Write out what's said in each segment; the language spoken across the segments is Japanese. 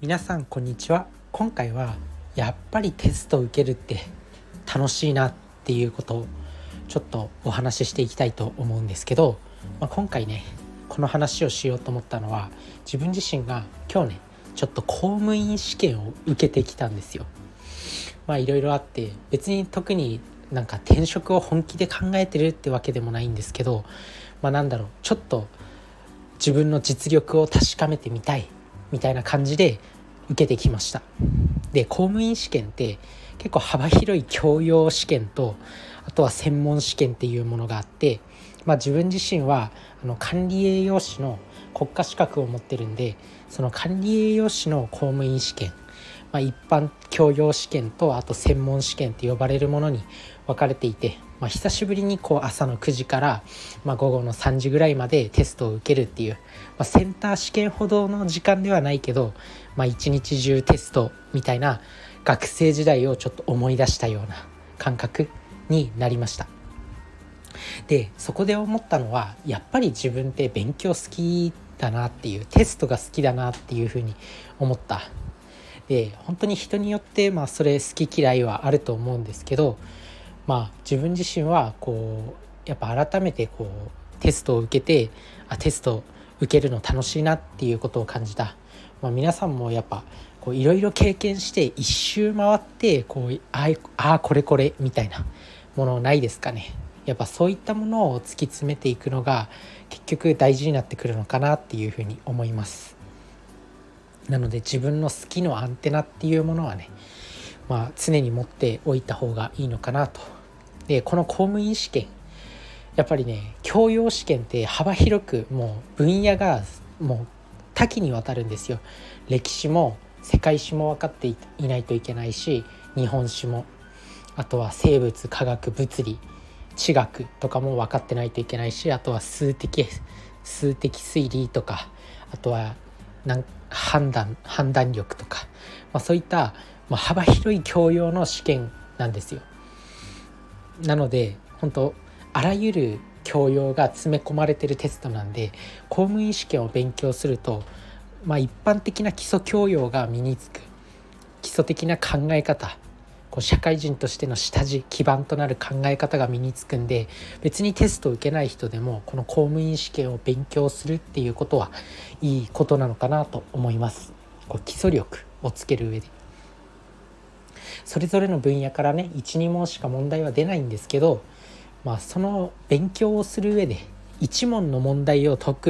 皆さんこんにちは。今回はやっぱりテストを受けるって楽しいなっていうことをちょっとお話ししていきたいと思うんですけど、今回ねこの話をしようと思ったのは、自分自身が今日ねちょっと公務員試験を受けてきたんですよ。いろいろあって、別に特になんか転職を本気で考えてるってわけでもないんですけど、ちょっと自分の実力を確かめてみたいみたいな感じで受けてきました。で、公務員試験って結構幅広い教養試験と、あとは専門試験っていうものがあって、自分自身は管理栄養士の国家資格を持ってるんで、その管理栄養士の公務員試験、一般教養試験とあと専門試験って呼ばれるものに分かれていて、久しぶりに朝の9時から、午後の3時ぐらいまでテストを受けるっていう、センター試験ほどの時間ではないけど、一日中テストみたいな学生時代をちょっと思い出したような感覚になりました。で、そこで思ったのは、やっぱり自分って勉強好きだなっていう、テストが好きだなっていうふうに思った。で、本当に人によってそれ好き嫌いはあると思うんですけど、自分自身はやっぱ改めてテストを受けて、テスト受けるの楽しいなっていうことを感じた。皆さんもやっぱいろいろ経験して一周回ってこれみたいなものないですかね。やっぱそういったものを突き詰めていくのが結局大事になってくるのかなっていうふうに思います。なので自分の好きのアンテナっていうものはね、常に持っておいた方がいいのかなと。で、この公務員試験、やっぱりね、教養試験って幅広くもう分野がもう多岐にわたるんですよ。歴史も世界史も分かっていないといけないし、日本史も、あとは生物科学物理地学とかも分かってないといけないし、あとは数的推理とか、あとは判断力とか、そういった幅広い教養の試験なんですよ。なので本当あらゆる教養が詰め込まれているテストなんで、公務員試験を勉強すると、一般的な基礎教養が身につく、基礎的な考え方、社会人としての下地基盤となる考え方が身につくんで、別にテストを受けない人でもこの公務員試験を勉強するっていうことはいいことなのかなと思います。基礎力をつける上で、それぞれの分野からね 1,2 問しか問題は出ないんですけど、その勉強をする上で1問の問題を解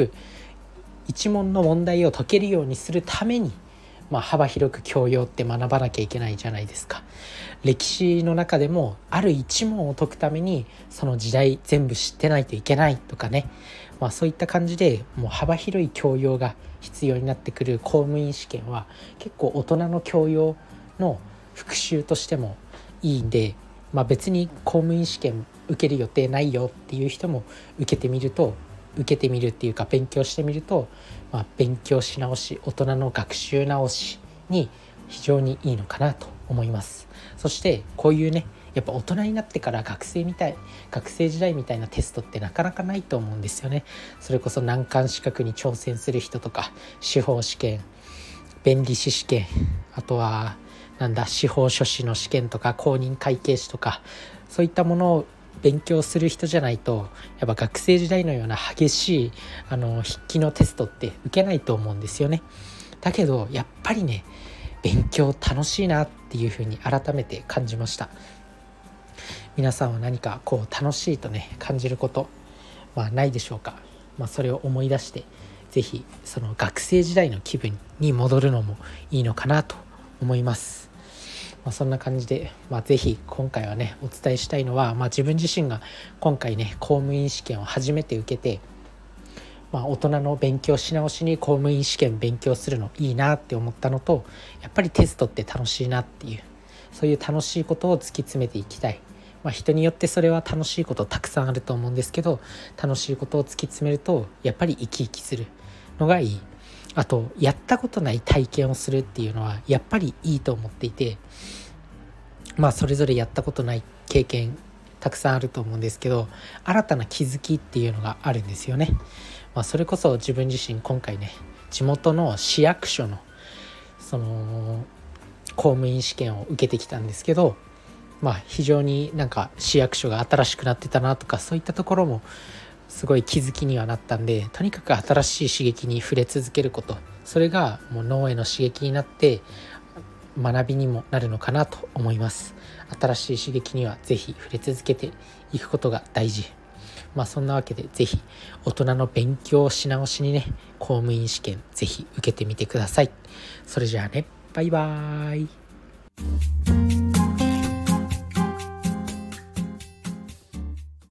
けるようにするために、幅広く教養って学ばなきゃいけないじゃないですか。歴史の中でもある一問を解くためにその時代全部知ってないといけないとかね、そういった感じでもう幅広い教養が必要になってくる公務員試験は、結構大人の教養の復習としてもいいんで、別に公務員試験受ける予定ないよっていう人も受けてみるっていうか勉強してみると、勉強し直し、大人の学習直しに非常にいいのかなと思います。そしてこういうね、やっぱ大人になってから学生時代みたいなテストってなかなかないと思うんですよね。それこそ難関資格に挑戦する人とか、司法試験、弁理士試験、あとは司法書士の試験とか公認会計士とか、そういったものを勉強する人じゃないと、やっぱ学生時代のような激しい筆記のテストって受けないと思うんですよね。だけどやっぱりね、勉強楽しいなっていうふうに改めて感じました。皆さんは何か楽しいとね感じること、ないでしょうか。それを思い出して、ぜひその学生時代の気分に戻るのもいいのかなと思います。そんな感じで、ぜひ今回はねお伝えしたいのは、自分自身が今回ね公務員試験を初めて受けて、大人の勉強し直しに公務員試験勉強するのいいなって思ったのと、やっぱりテストって楽しいなっていう、そういう楽しいことを突き詰めていきたい。人によってそれは楽しいことたくさんあると思うんですけど、楽しいことを突き詰めるとやっぱり生き生きするのがいい。あとやったことない体験をするっていうのはやっぱりいいと思っていて、それぞれやったことない経験たくさんあると思うんですけど、新たな気づきっていうのがあるんですよね。それこそ自分自身今回ね、地元の市役所のその公務員試験を受けてきたんですけど、非常になんか市役所が新しくなってたなとか、そういったところもすごい気づきにはなったんで、とにかく新しい刺激に触れ続けること、それがもう脳への刺激になって学びにもなるのかなと思います。新しい刺激にはぜひ触れ続けていくことが大事。そんなわけで、ぜひ大人の勉強し直しにね、公務員試験ぜひ受けてみてください。それじゃあね、バイバーイ。